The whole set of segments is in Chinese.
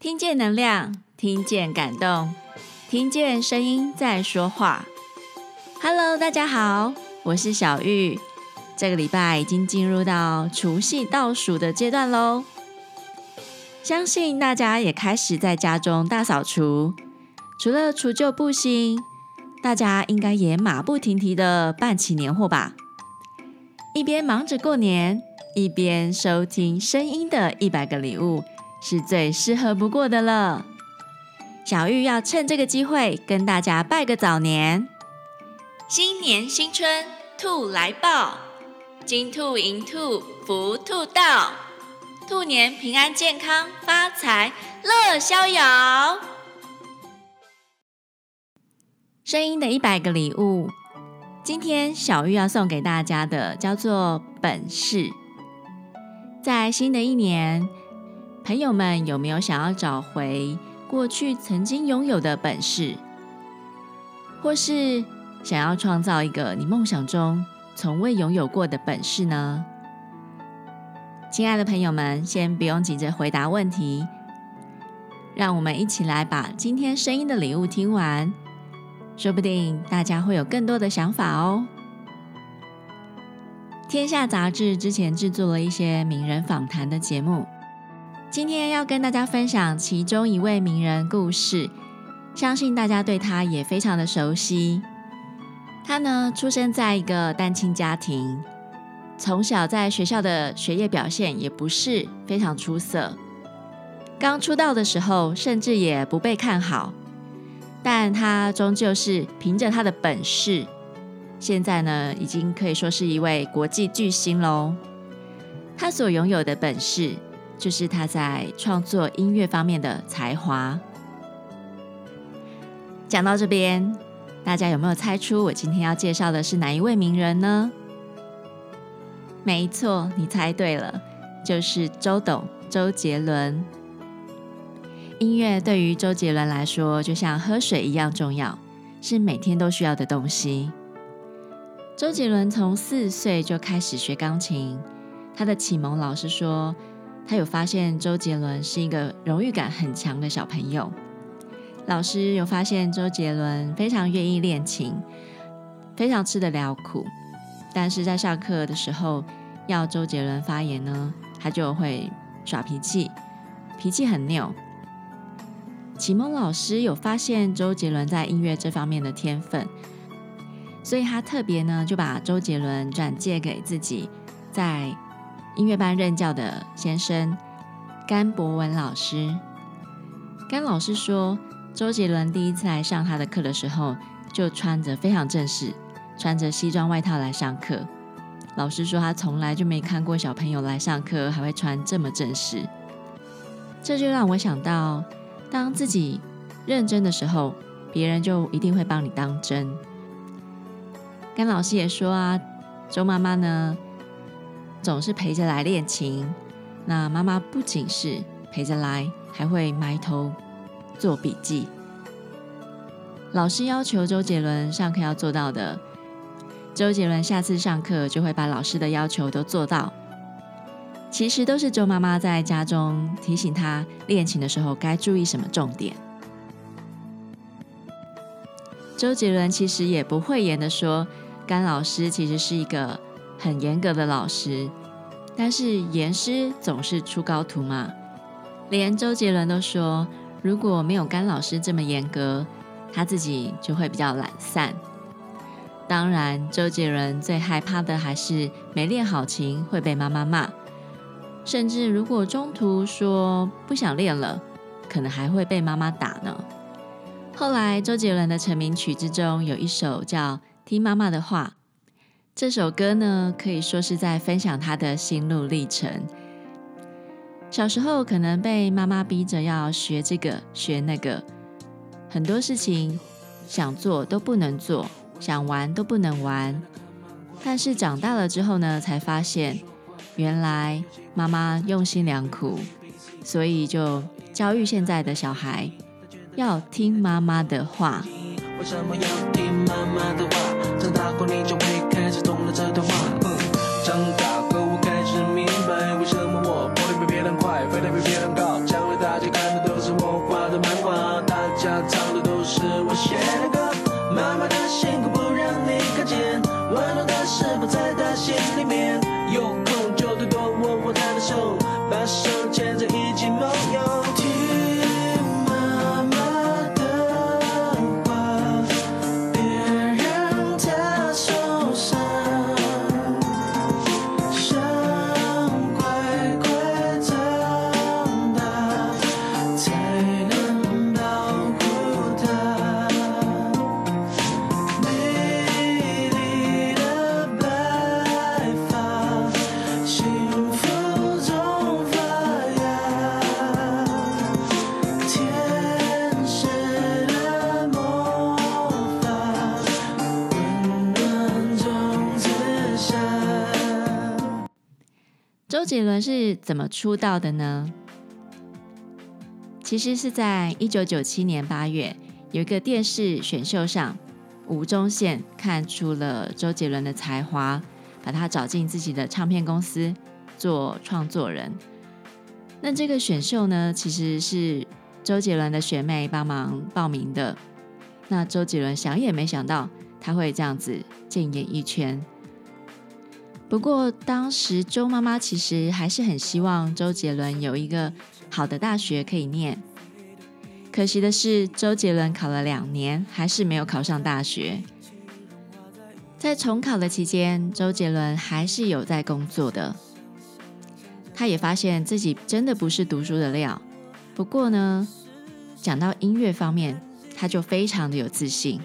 听见能量，听见感动，听见声音在说话。Hello， 大家好，我是小玉。这个礼拜已经进入到除夕倒数的阶段咯，相信大家也开始在家中大扫除。除了除旧布新，大家应该也马不停蹄的办起年货吧。一边忙着过年，一边收听声音的100个礼物，是最适合不过的了。小玉要趁这个机会跟大家拜个早年。新年新春，兔来报，金兔银兔福兔到，兔年平安健康发财乐逍遥。声音的100个礼物，今天小玉要送给大家的叫做本事。在新的一年，朋友们有没有想要找回过去曾经拥有的本事，或是想要创造一个你梦想中从未拥有过的本事呢？亲爱的朋友们，先不用急着回答问题，让我们一起来把今天声音的礼物听完，说不定大家会有更多的想法哦。天下杂志之前制作了一些名人访谈的节目，今天要跟大家分享其中一位名人故事，相信大家对他也非常的熟悉。他呢，出生在一个单亲家庭，从小在学校的学业表现也不是非常出色，刚出道的时候甚至也不被看好，但他终究是凭着他的本事，现在呢已经可以说是一位国际巨星咯。他所拥有的本事就是他在创作音乐方面的才华。讲到这边，大家有没有猜出我今天要介绍的是哪一位名人呢？没错，你猜对了，就是周杰伦。音乐对于周杰伦来说就像喝水一样重要，是每天都需要的东西。周杰伦从4岁就开始学钢琴，他的启蒙老师说，他有发现周杰伦是一个荣誉感很强的小朋友。老师有发现周杰伦非常愿意练琴，非常吃得了苦，但是在上课的时候要周杰伦发言呢，他就会耍脾气，脾气很拗。启蒙老师有发现周杰伦在音乐这方面的天分，所以他特别呢就把周杰伦转介给自己在音乐班任教的先生甘博文老师。甘老师说，周杰伦第一次来上他的课的时候，就穿着非常正式，穿着西装外套来上课。老师说他从来就没看过小朋友来上课还会穿这么正式。这就让我想到，当自己认真的时候，别人就一定会帮你当真。甘老师也说啊，周妈妈呢总是陪着来练琴，那妈妈不仅是陪着来，还会埋头做笔记。老师要求周杰伦上课要做到的，周杰伦下次上课就会把老师的要求都做到。其实都是周妈妈在家中提醒他练琴的时候该注意什么重点。周杰伦其实也不讳言的说，甘老师其实是一个很严格的老师，但是严师总是出高徒嘛。连周杰伦都说，如果没有甘老师这么严格，他自己就会比较懒散。当然，周杰伦最害怕的还是没练好琴会被妈妈骂，甚至如果中途说不想练了，可能还会被妈妈打呢。后来周杰伦的成名曲之中有一首叫《听妈妈的话》，这首歌呢可以说是在分享他的心路历程。小时候可能被妈妈逼着要学这个学那个，很多事情想做都不能做，想玩都不能玩。但是长大了之后呢，才发现原来妈妈用心良苦，所以就教育现在的小孩要听妈妈的话。 为什么要听妈妈的话？长大后你就会开始懂了这段话。长大后我开始是明白为什么我跑得比别人快，飞得比别人高，将来大家看的都是我画的漫画，大家唱的都是我写的歌。妈妈的辛苦不让你看见，温暖的事不在她心里面。有空就多多握握她的手，把手牵着一起梦游。听妈妈的话，别让她受伤，想快快长大，才能保护她。美丽的白发，幸福中发芽，天使的魔法，温暖中自下。 周杰伦是怎么出道的呢？其实是在1997年8月，有一个电视选秀上，吴宗宪看出了周杰伦的才华，把他找进自己的唱片公司做创作人。那这个选秀呢，其实是周杰伦的学妹帮忙报名的。那周杰伦想也没想到他会这样子进演艺圈。不过当时周妈妈其实还是很希望周杰伦有一个好的大学可以念。可惜的是，周杰伦考了2年，还是没有考上大学。在重考的期间，周杰伦还是有在工作的。他也发现自己真的不是读书的料。不过呢，讲到音乐方面，他就非常的有自信。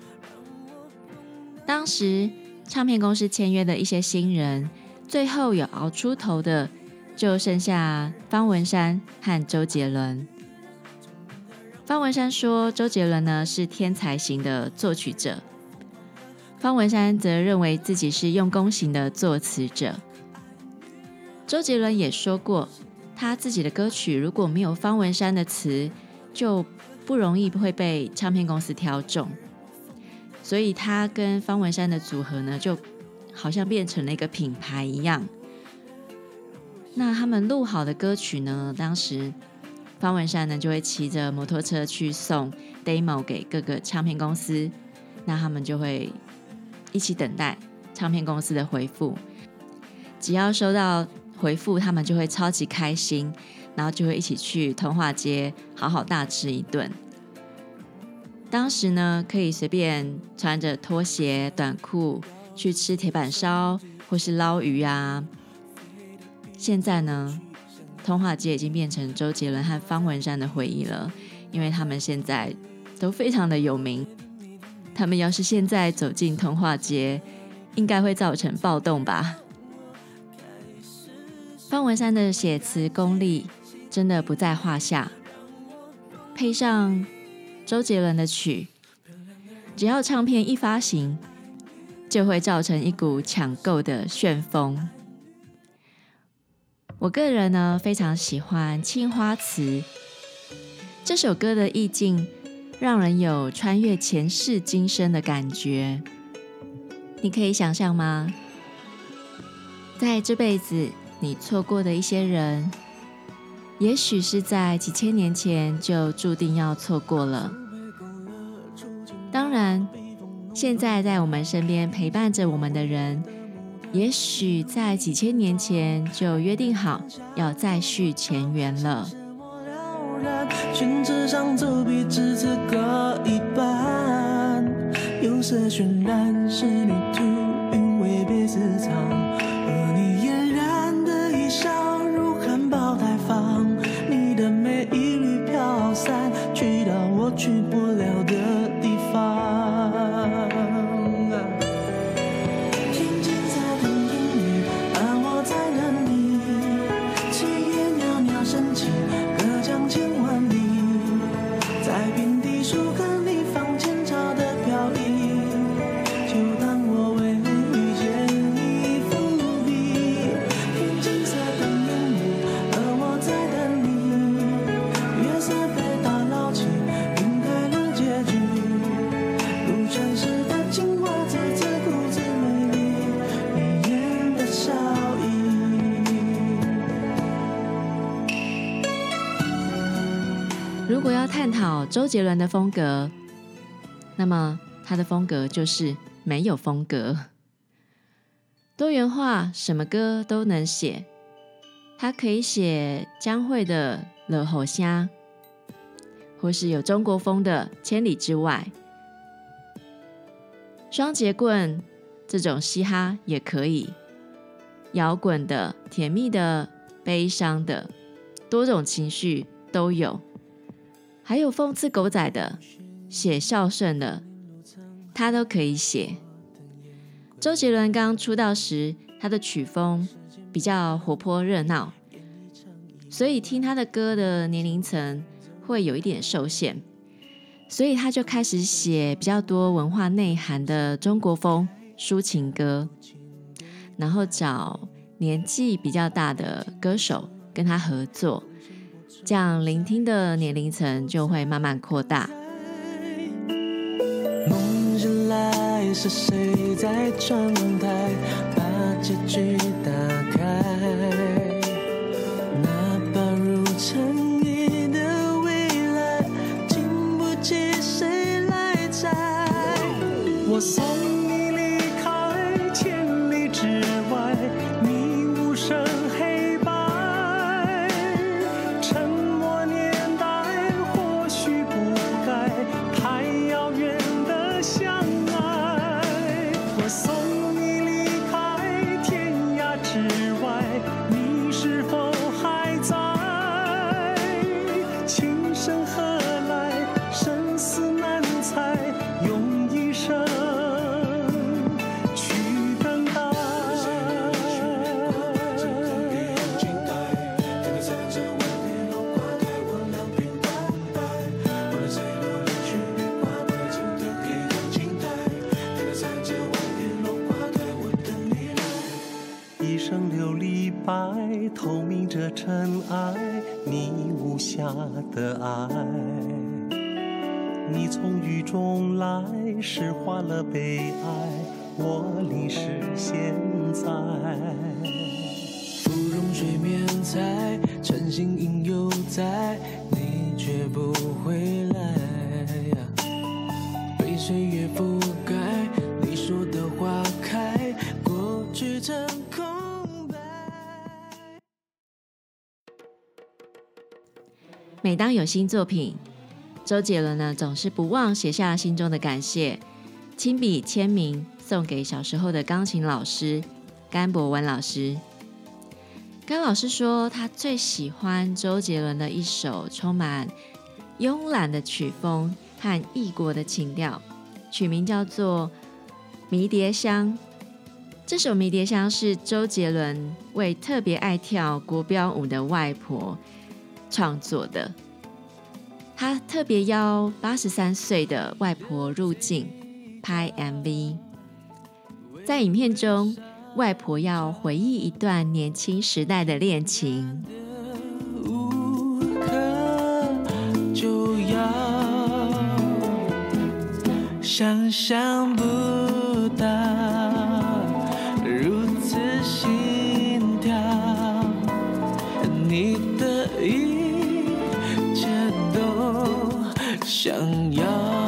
当时唱片公司签约的一些新人，最后有熬出头的，就剩下方文山和周杰伦。方文山说周杰伦呢是天才型的作曲者，方文山则认为自己是用功型的作词者。周杰伦也说过，他自己的歌曲如果没有方文山的词，就不容易会被唱片公司挑中。所以他跟方文山的组合呢，就好像变成了一个品牌一样。那他们录好的歌曲呢，当时方文山呢就会骑着摩托车去送 demo 给各个唱片公司，那他们就会一起等待唱片公司的回复。只要收到回复，他们就会超级开心，然后就会一起去通化街好好大吃一顿。当时呢，可以随便穿着拖鞋、短裤去吃铁板烧或是捞鱼啊。现在呢，通化街已经变成周杰伦和方文山的回忆了，因为他们现在都非常的有名。他们要是现在走进通化街，应该会造成暴动吧。方文山的写词功力真的不在话下，配上周杰伦的曲，只要唱片一发行，就会造成一股抢购的旋风。我个人呢非常喜欢《青花瓷》这首歌的意境，让人有穿越前世今生的感觉。你可以想象吗？在这辈子你错过的一些人，也许是在几千年前就注定要错过了。当然，现在在我们身边陪伴着我们的人，也许在几千年前就约定好要再续前缘了。 宣纸上走笔只字各一半，有色渲染是旅途，韵味别私藏，而你嫣然的一笑如含苞待放，你的美一缕飘散，去到我去不了的地方。听见在等音乐，而我在等你，七月袅袅升起，隔江千万里，在平地树根里放前朝的飘逸，就当我为你遇见一伏笔。天青色等音乐，而我在等你，月色被打捞起，云开如果要探讨周杰伦的风格，那么他的风格就是没有风格。多元化，什么歌都能写。他可以写江蕙的《落雨声》，或是有中国风的《千里之外》。双节棍这种嘻哈也可以，摇滚的、甜蜜的、悲伤的，多种情绪都有。还有讽刺狗仔的、写孝顺的，他都可以写。周杰伦刚出道时，他的曲风比较活泼热闹，所以听他的歌的年龄层会有一点受限，所以他就开始写比较多文化内涵的中国风抒情歌，然后找年纪比较大的歌手跟他合作，这样聆听的年龄层就会慢慢扩大。 梦醒来是谁在窗台把结局打开，那把如尘埃的未来经不起谁来摘。我送你离开千里之外，你无声黑白，沉默年代或许不该太遥远的相爱。我送你离开天涯之外，你是否还在？情深何来，生死难猜，用一生去等待。一生琉璃白，透明着尘埃，你无瑕的爱。你从雨中来，诗化了悲哀，我淋湿现在。芙蓉水面采，晨星影犹在，你却不回来。被岁月覆盖，你说的花开，过去成空白。 每当有新作品，周杰伦呢总是不忘写下心中的感谢，亲笔签名送给小时候的钢琴老师甘博文老师。甘老师说，他最喜欢周杰伦的一首充满慵懒的曲风和异国的情调，曲名叫做《迷迭香》。这首《迷迭香》是周杰伦为特别爱跳国标舞的外婆创作的。他特别邀83岁的外婆入境拍 MV， 在影片中，外婆要回忆一段年轻时代的恋情。 就要想象不到，如此心跳，你的一切都想要。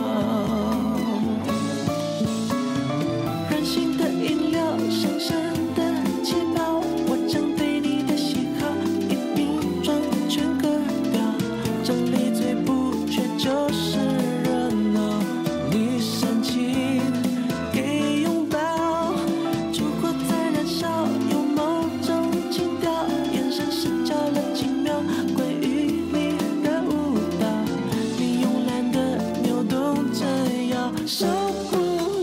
任性的饮料，深深的气泡，我将对你的喜好一并装全割掉。这里最不缺就是热闹，你深情给拥抱，烛火在燃烧，有某种情调，眼神失焦了几秒，关于你的舞蹈，你慵懒的扭动着腰，受不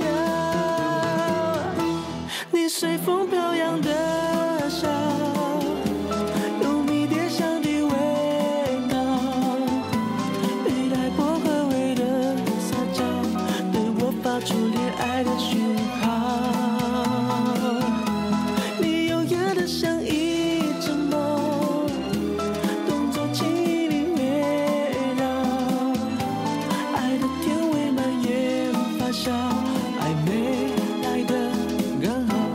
了你随风飘扬的笑，有迷迭香的味道，对待薄荷味的撒娇，对我发出恋爱的讯号。你优雅的像一只梦，动作轻易地围绕，爱的甜味蔓延发酵，暧昧来得刚好。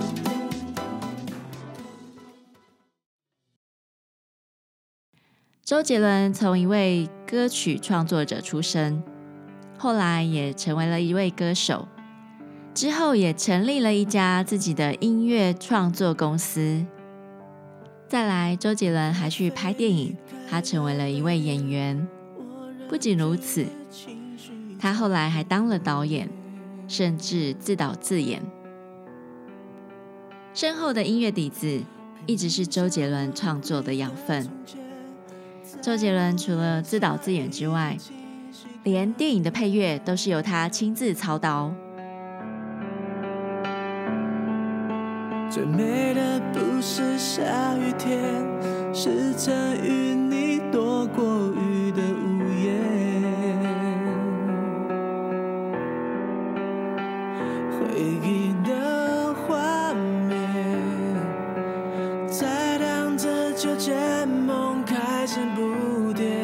周杰伦从一位歌曲创作者出身，后来也成为了一位歌手，之后也成立了一家自己的音乐创作公司。再来，周杰伦还去拍电影，他成为了一位演员。不仅如此，他后来还当了导演，甚至自导自演。深厚的音乐底子一直是周杰伦创作的养分。周杰伦除了自导自演之外，连电影的配乐都是由他亲自操刀。 最美的不是下雨天，是曾与你躲过雨的屋檐。回忆的画面，在荡着秋千，梦开成蝴蝶。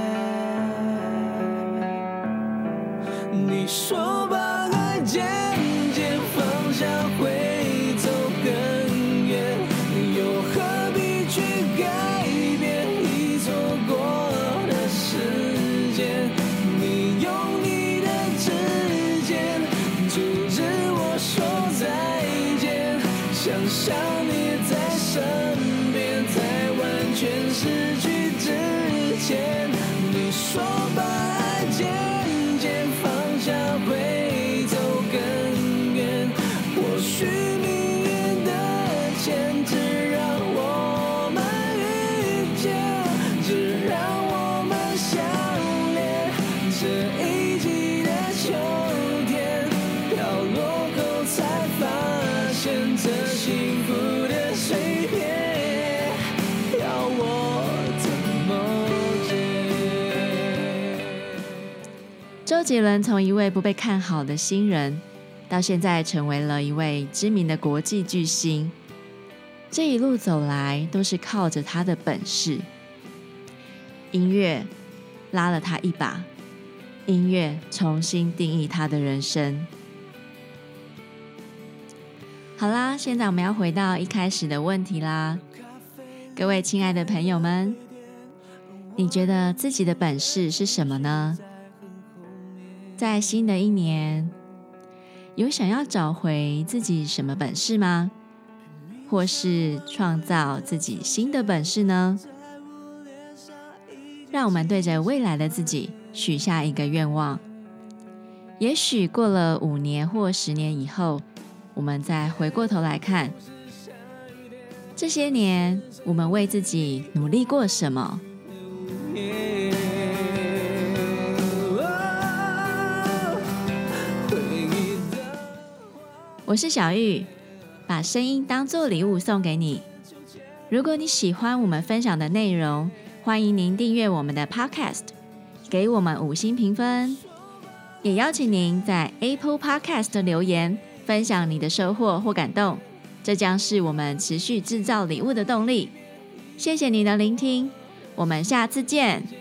你说把爱渐渐放下会想你在身边，在完全失去之前，你说把爱渐渐放下会走更远。或许命运的牵制让我们遇见，只让我们相恋。这一季的秋天飘落后才发现，这幸福的碎片要我怎么解？ 周杰伦从一位不被看好的新人，到现在成为了一位知名的国际巨星。这一路走来，都是靠着他的本事。音乐拉了他一把，音乐重新定义他的人生。好啦，现在我们要回到一开始的问题啦。各位亲爱的朋友们，你觉得自己的本事是什么呢？在新的一年，有想要找回自己什么本事吗？或是创造自己新的本事呢？让我们对着未来的自己许下一个愿望。也许过了5年或10年以后，我们再回过头来看，这些年我们为自己努力过什么？我是小玉，把声音当作礼物送给你。如果你喜欢我们分享的内容，欢迎您订阅我们的 Podcast， 给我们5星评分，也邀请您在 Apple Podcast 留言分享你的收获或感动，这将是我们持续制造礼物的动力。谢谢你的聆听，我们下次见。